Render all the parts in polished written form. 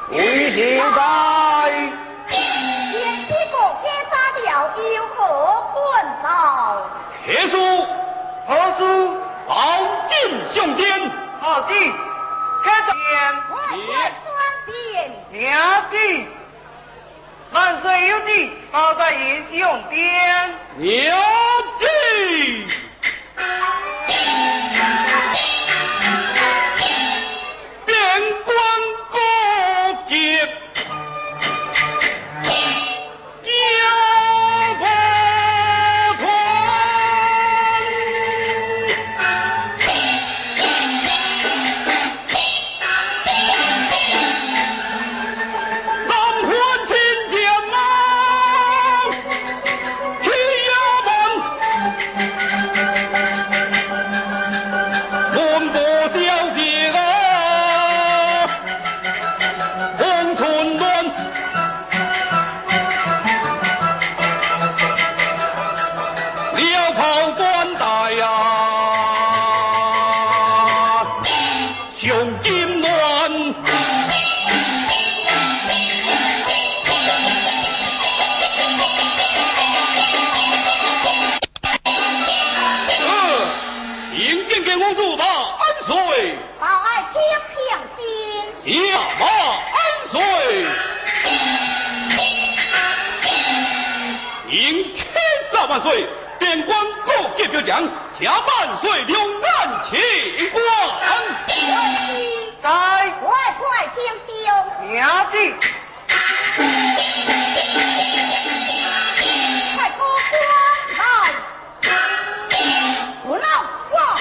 为时代。 前几个家杀了，有何本奏？ 铁书何书？宝剑上天。好记，开战。 快转殿。 娘子，万岁有旨，报在英雄殿。娘子。边关过节。万岁！边关过节表彰，下万岁两岸齐观。在快听调， 娘子。 快过关来，不闹我。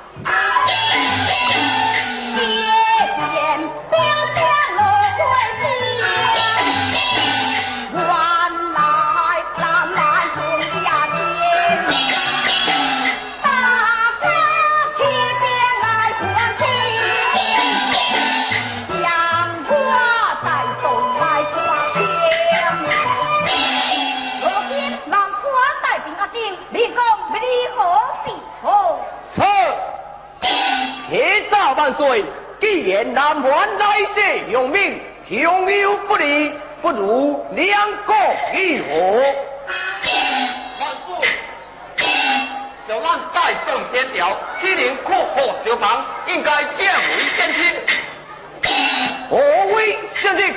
万岁！既然南环来势用命，兄友不离，不如两国议和。万岁！小兰带上天条，欺凌阔破小房，应该降为先亲。何为先亲？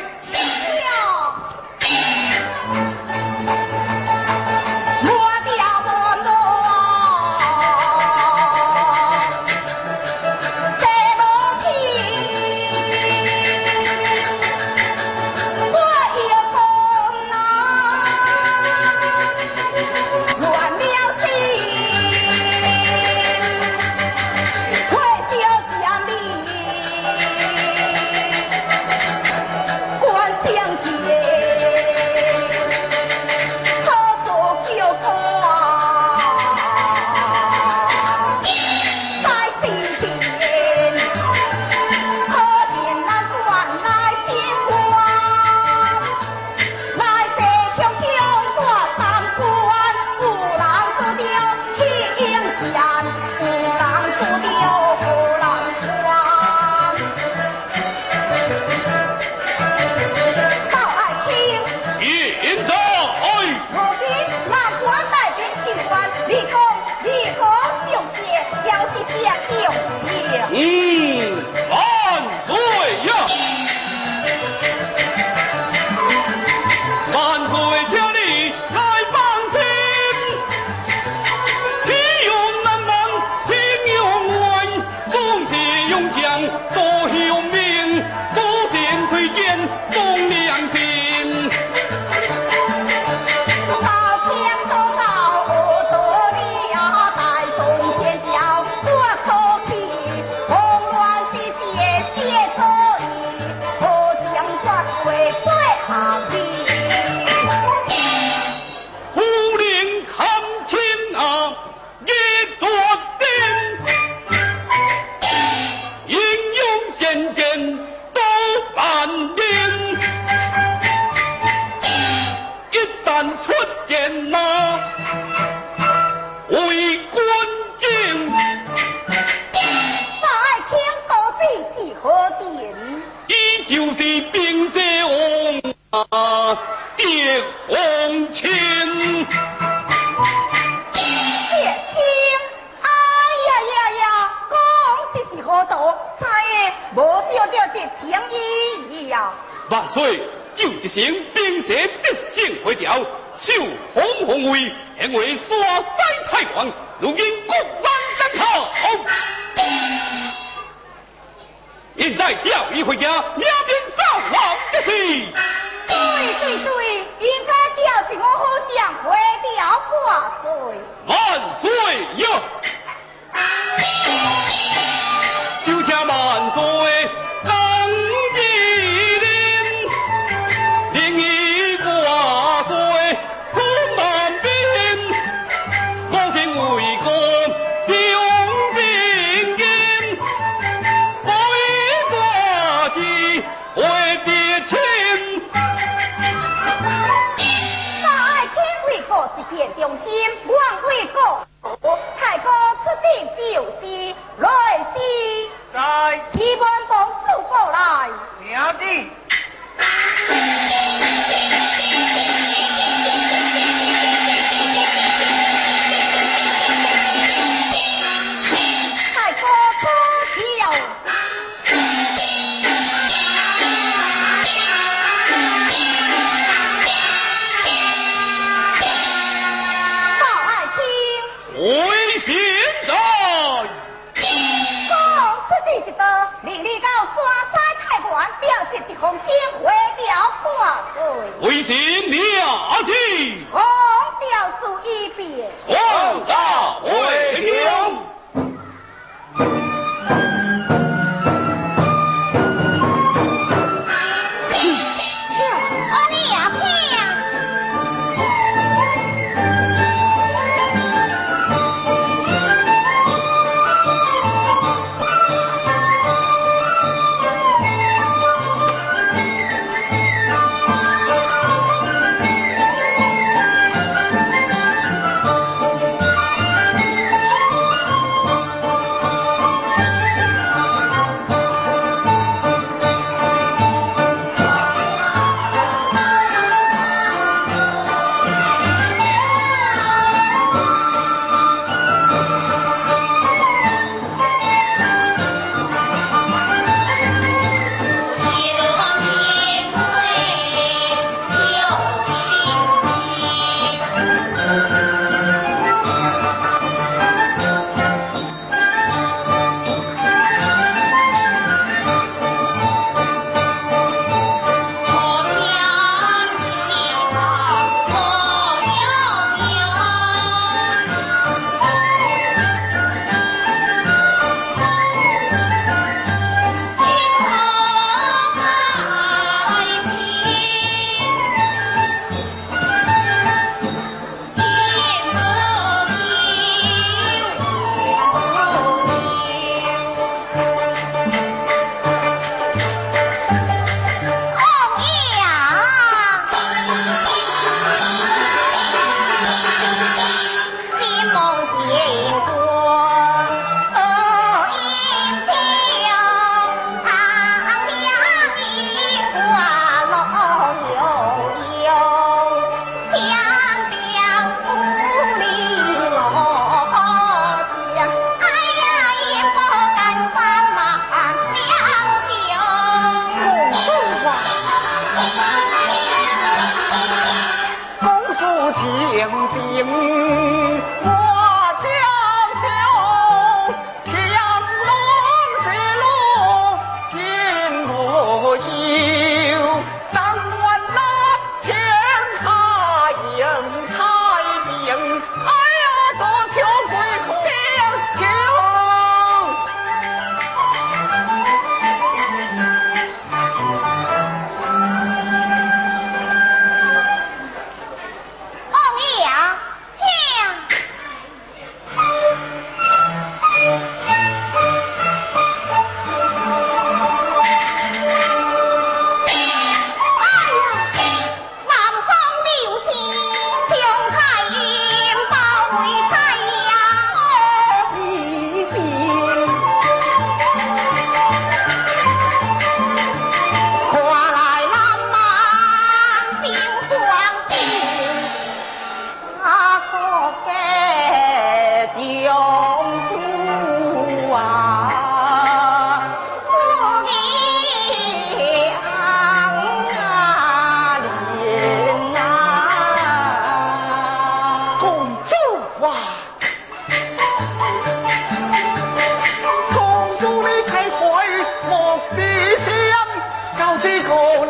就是兵者。 了。 万岁，就一声兵蛇必胜回朝，受洪宏威，成为山西太王，如今国难当头。现在调伊回家，两边扫王之事。 对，应该调一我好将回调挂岁。 万岁哟！就请万岁当义令，令伊挂岁出南边，我先为国用兵根，归国之为爹亲。 一片忠心，望为国。太公出征就是来时， 在提官奉书过来。 苗地。 太公不调。 为现在， 公出这一道，令你到山西太原调集一封电回调挂岁。 为先了去， 公调书一遍。 皇大会听。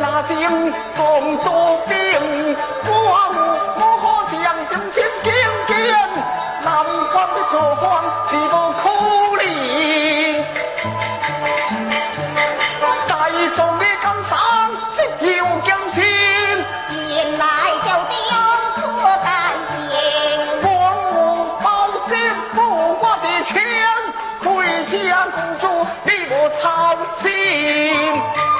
杀心共多兵，我可将军心惊惊，南方的做官是无可怜，在上的江山只有将心， 原来就将错干净， 光武报信不我的钱，回家公主比我操心。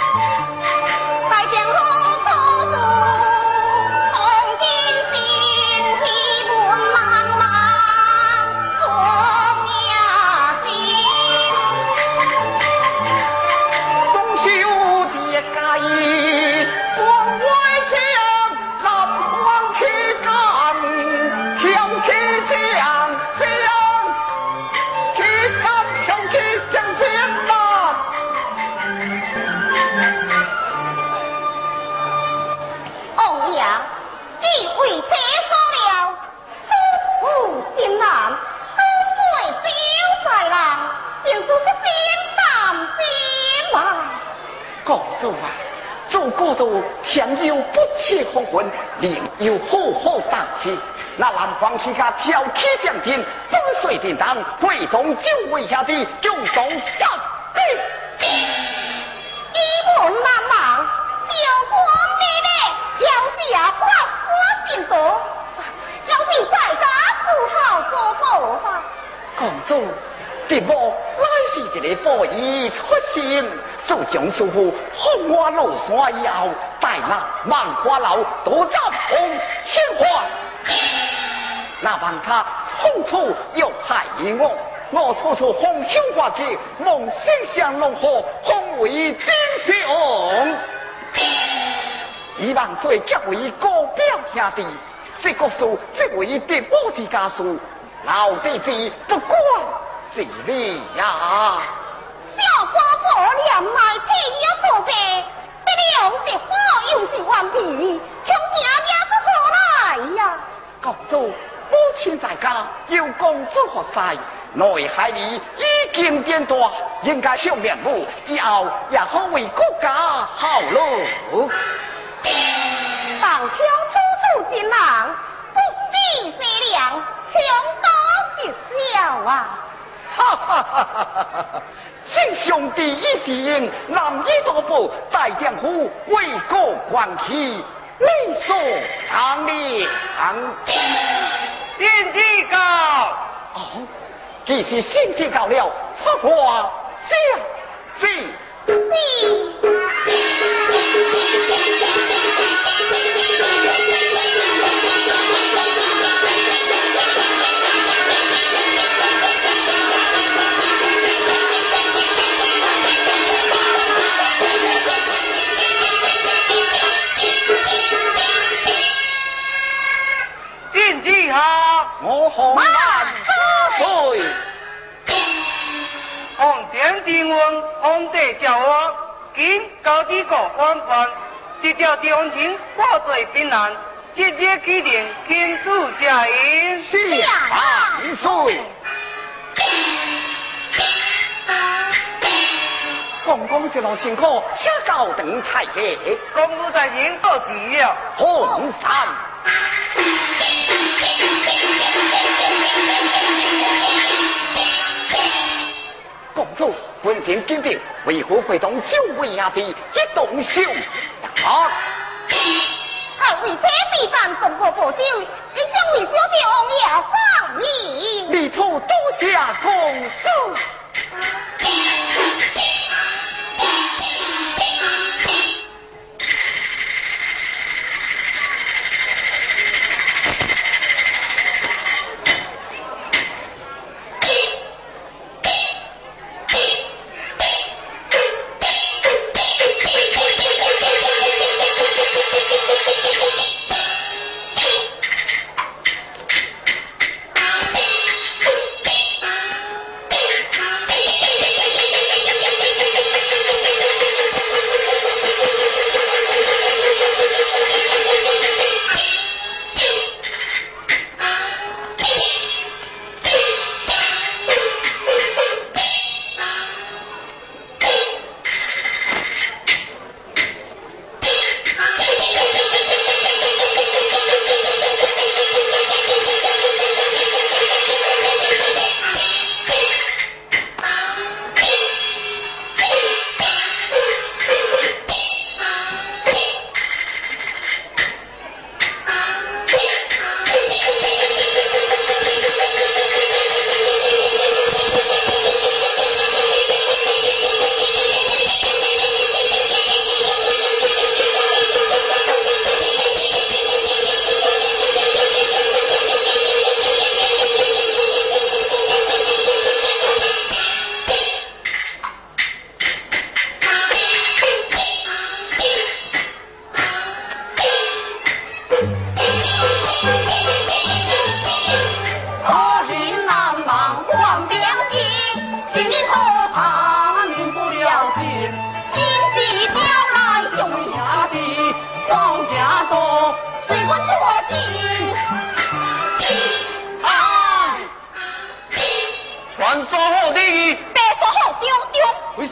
公主啊，做过度天有不测风云，另有好好当心。那南方去家挑起将军，不遂殿堂，会同九位下弟共同杀敌。 一门难忘，救国灭烈，要下花花心多，要比在家不好做佛法。 公主。敌我乃是一个报义出心，自从师傅红花落山以后，带那万花楼都斩红鲜花，那万他处处要害我，我处处红袖挂旗，梦心向龙河，红为英雄。1万岁结为高表兄弟，这个数这为敌我之家属，老弟子不管。是你呀！ 小花婆连埋替你做白，这两是花又是顽皮，强娘也是何来呀？ 公主，母亲在家，有公主何塞？内海里已经颠大，应该上面母，以后也好为国家效劳。 当乡处处进郎，不必善良，强多吉小啊！ 哈哈哈哈哈！新兄弟一见，男儿多步，大丈夫为国还旗，理所当然。 先知告。 哦，既是先知告了，出话将之。我红万岁， 皇天之问，皇帝叫我今高低国官办，这条朝廷挂罪平安，节节纪念天主佳音。 是万岁。公公这路辛苦，请高等采给。 公主在天到齐了， 红山。公主本身金兵，为何会同9位兄弟一同受打？ 为这比战中国破旧，你将为小弟王爷放你。 你处多谢公主。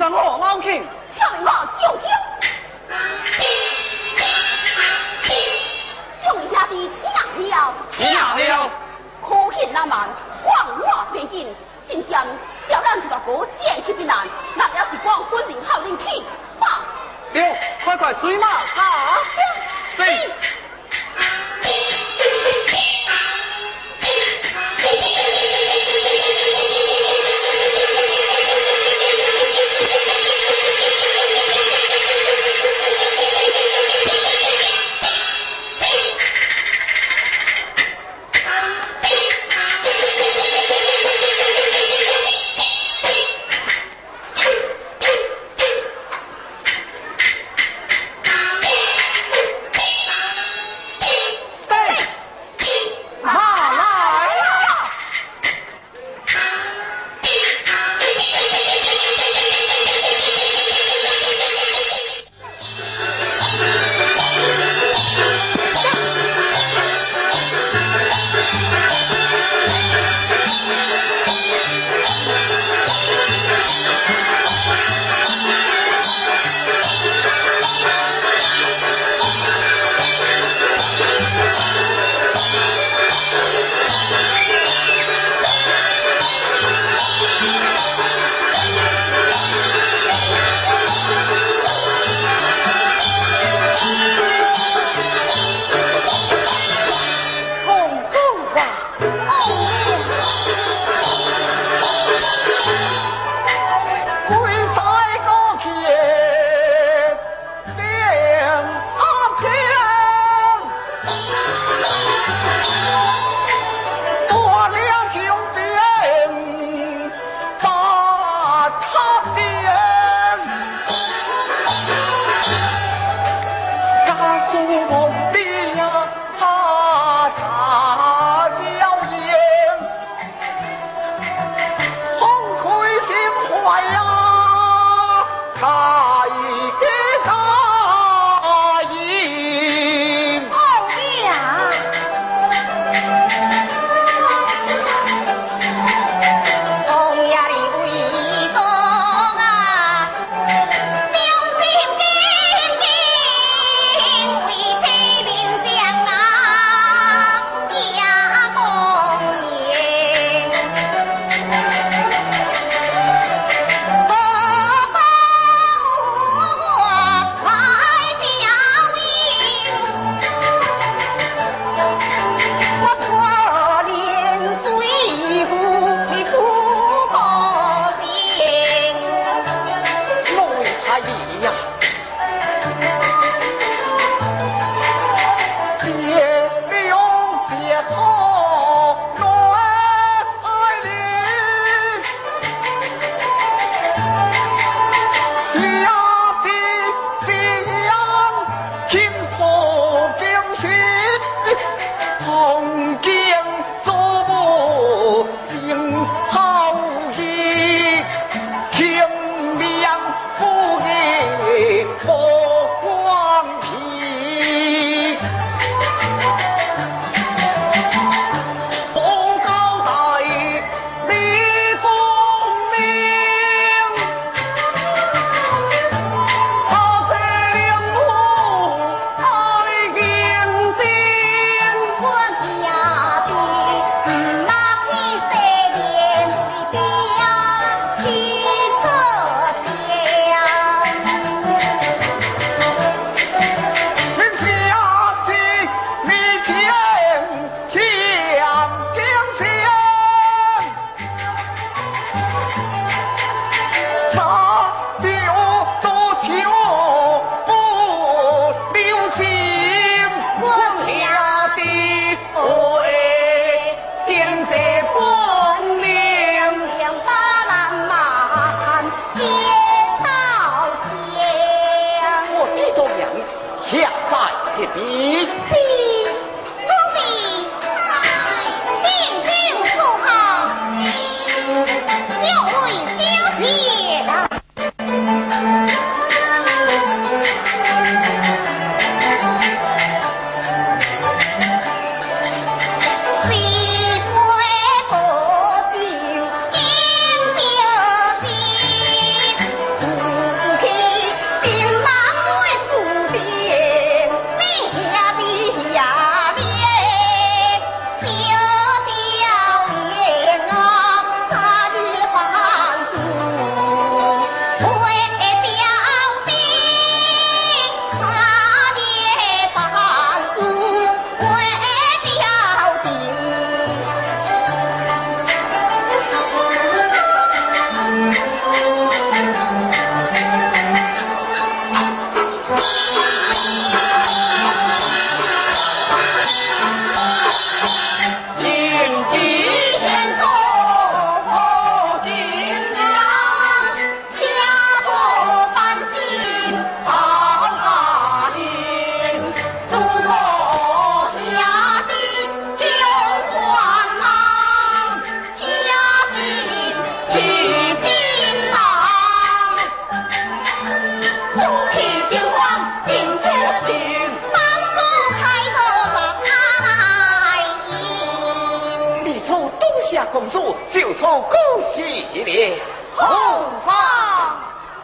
上好老庆， 请问我就听。众兄弟听了， 听了， 可恨那慢，狂我飞进，心想叫咱这个国见去避难，那也是光本人好人气，吧？ 对，快快追马啊！对。 公主就出恭喜了。 后上。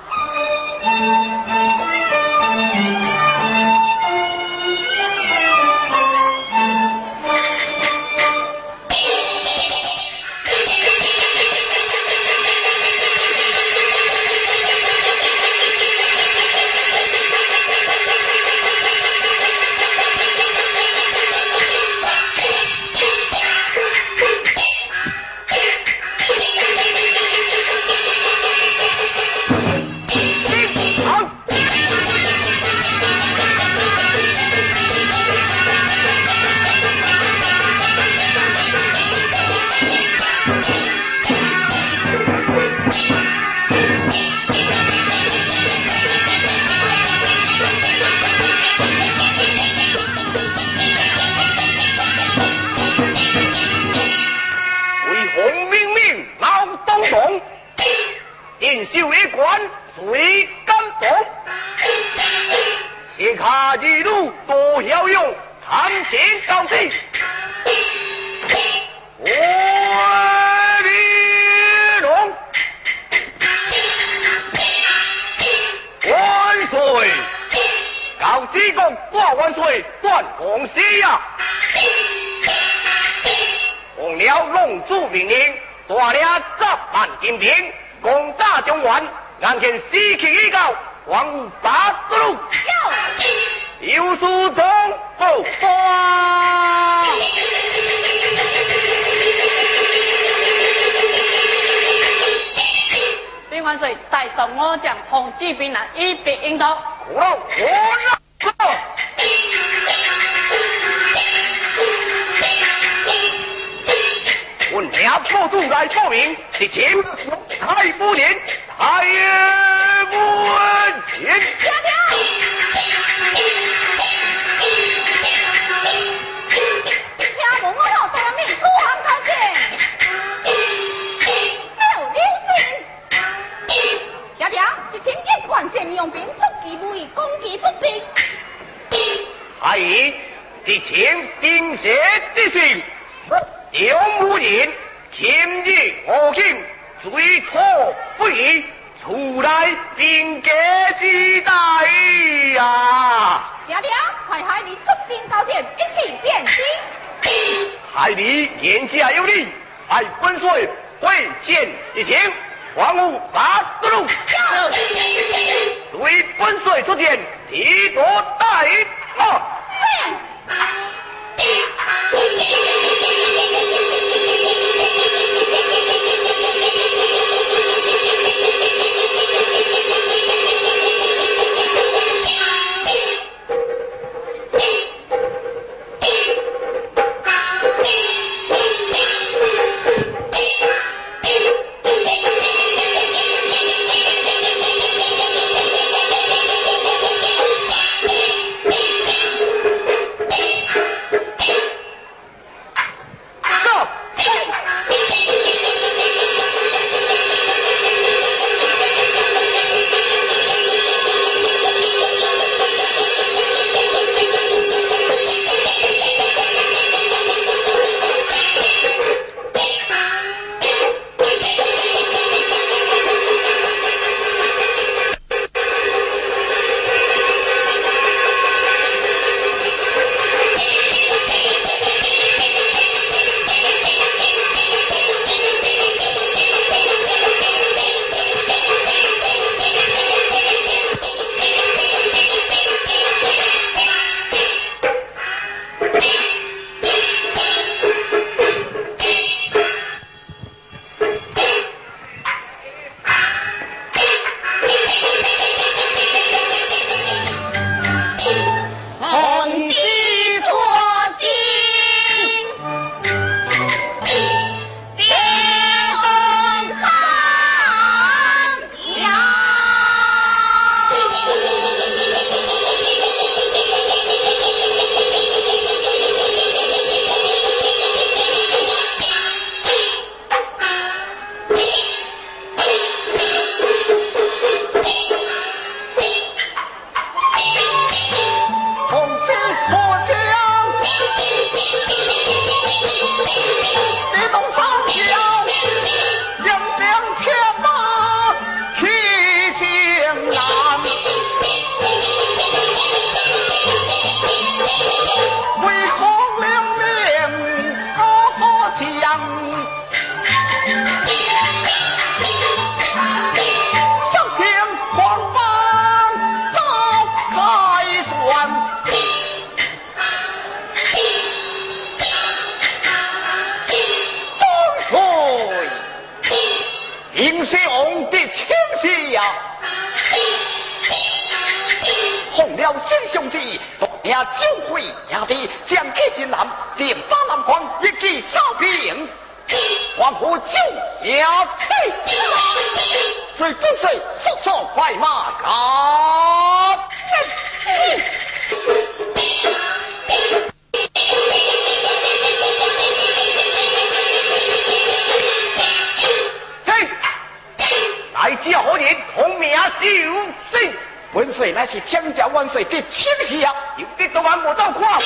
锦绣一关水甘动，天下一路多骁勇，谈情到底。我李龙万岁！高济公挂万岁，断红喜呀！奉了龙主命令，大了10万金兵。攻打中原，眼见士气已高，王八之路，有书中报发。 兵万岁，带上我将红骑兵来一并引导。 我让。问了破主来报名，是请太不年，太也不年。 听闻我老大命出航高见，没有留心。爹爹，一请一贯阵用兵，出其不意，攻其不备。 太爷，是请兵邪之性。有无人，今日何竟最错不义，出来兵家之代呀！ 爹爹，快派你出兵高见，一起变机。 害你言下有理，派本帅会见一情，还我八之路。对本帅出见，提督大营。 也就会压的将其进南，连把南方一举扫平。黄河就下地，随不随速速快马赶。嘿，来家何人同命受罪？文水乃是天下万岁的亲下，有的都按我照看。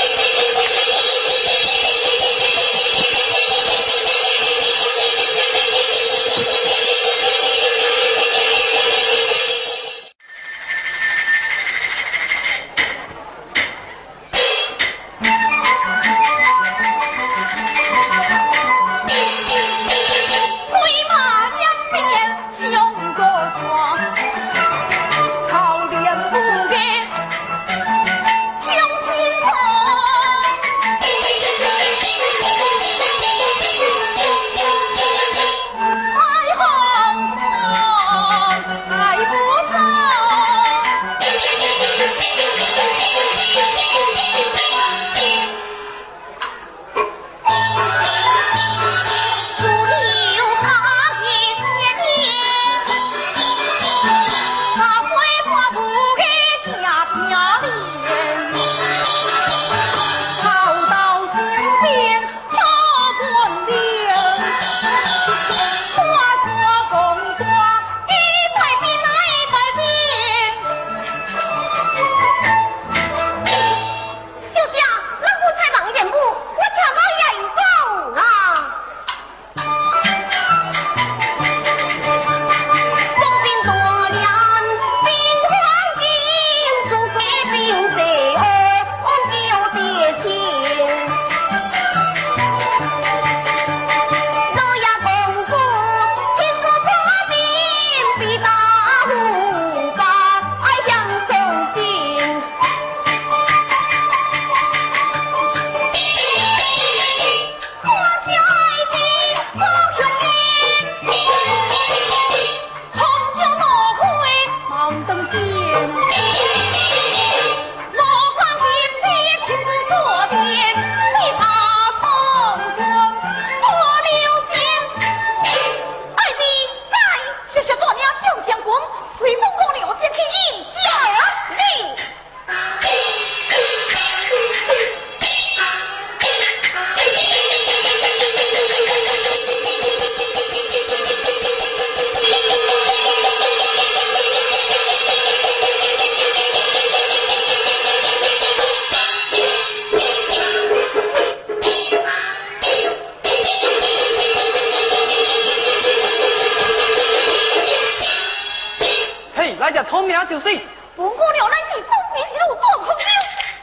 来只通名就是， 本姑娘乃是公平一路做空了。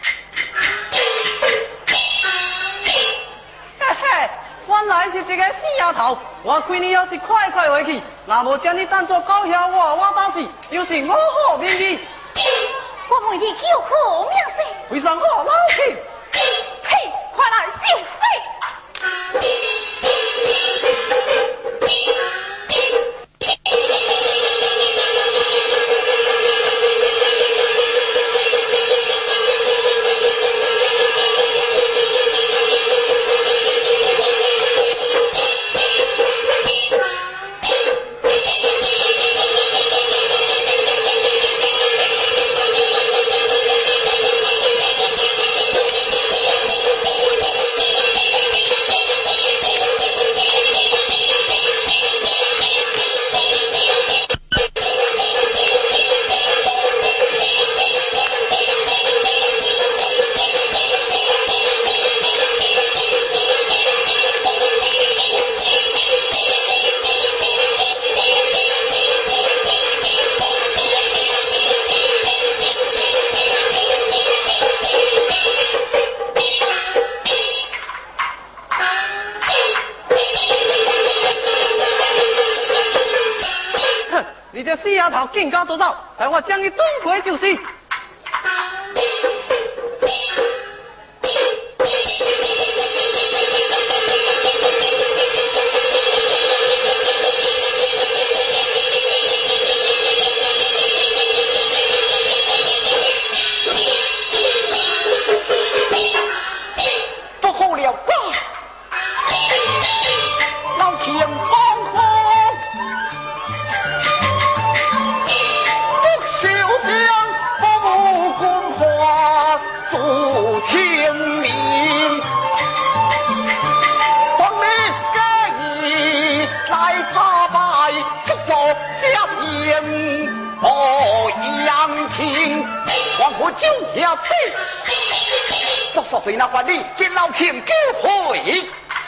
嘿嘿，原来是这个死丫头，我看你要是快快回去，那无将你当作搞笑我当时又是我好命的。 我为你叫好名声， 为啥我老气？ 嘿，快来受罪！ 你这死丫头更加多走，待我将你送回就是。 酒下醉，不说对那话你见老天救回。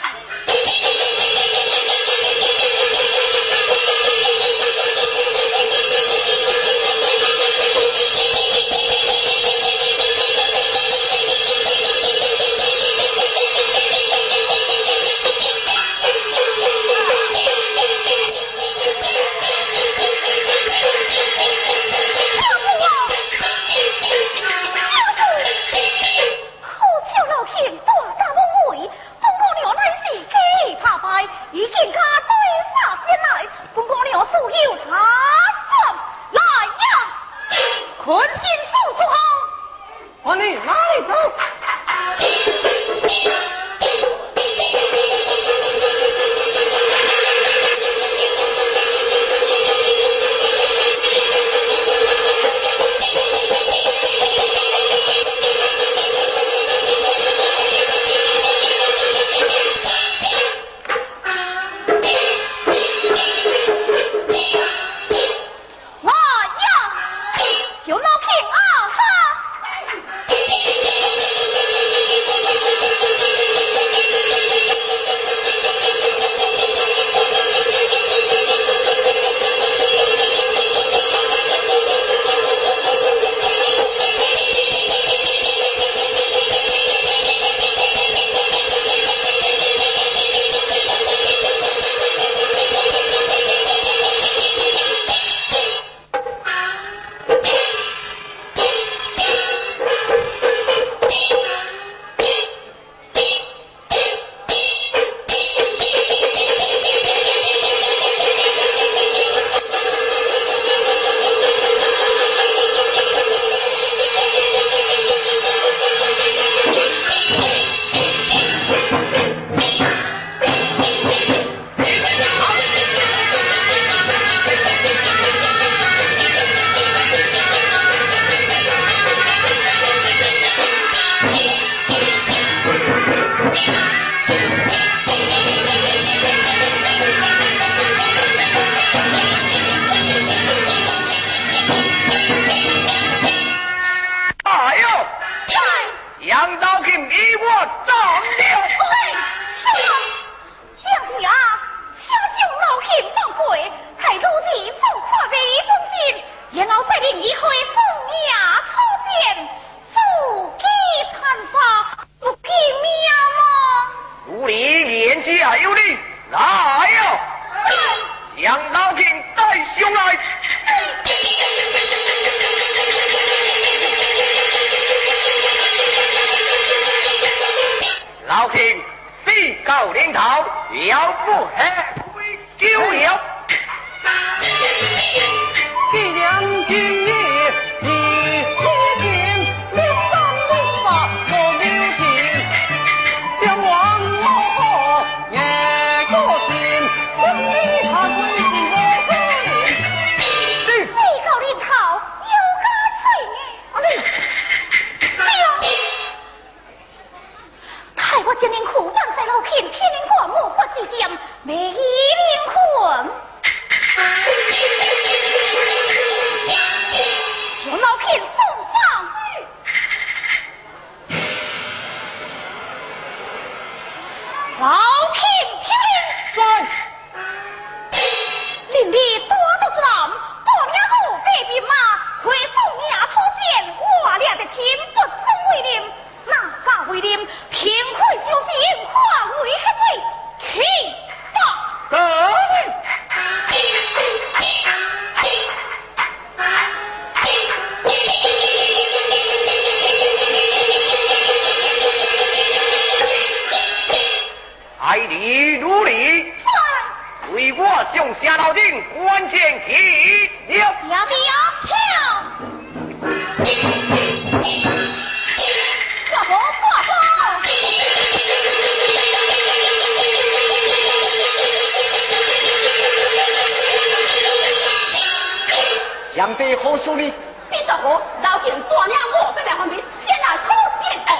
杨飞何处呢？ 你做何？老见抓娘我这两方面，先来可见哦。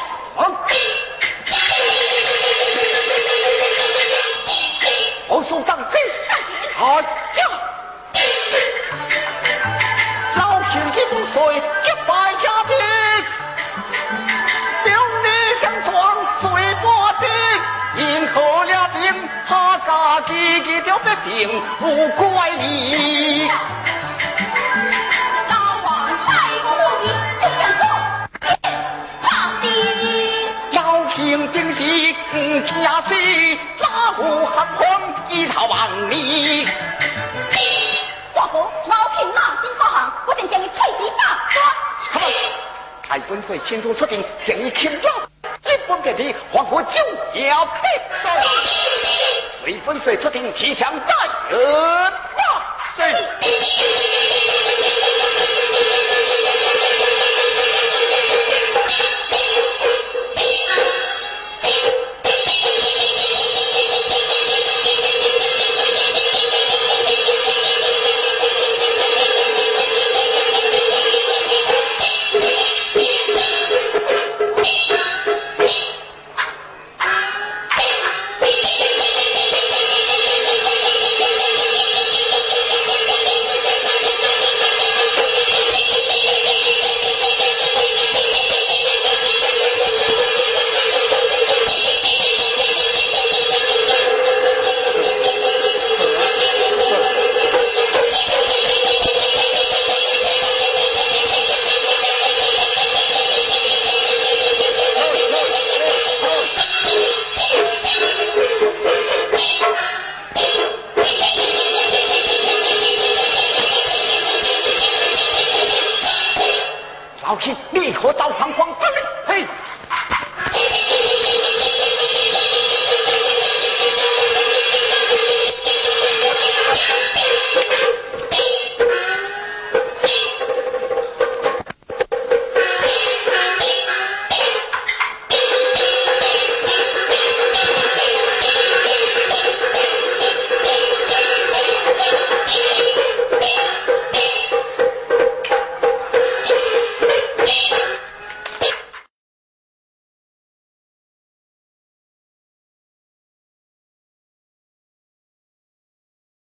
我送上去。好将。老天的不遂，一败家兵。 己就必定不怪你。 老王太过无义，不想说，怕的。 老平定是假戏，哪户合欢一套万里。 大哥，老平拿心发行，我定将你退职打抓。 太本岁亲自出兵，将你擒走。日本各地黄河就要配走，随本岁出兵提枪带人，哇！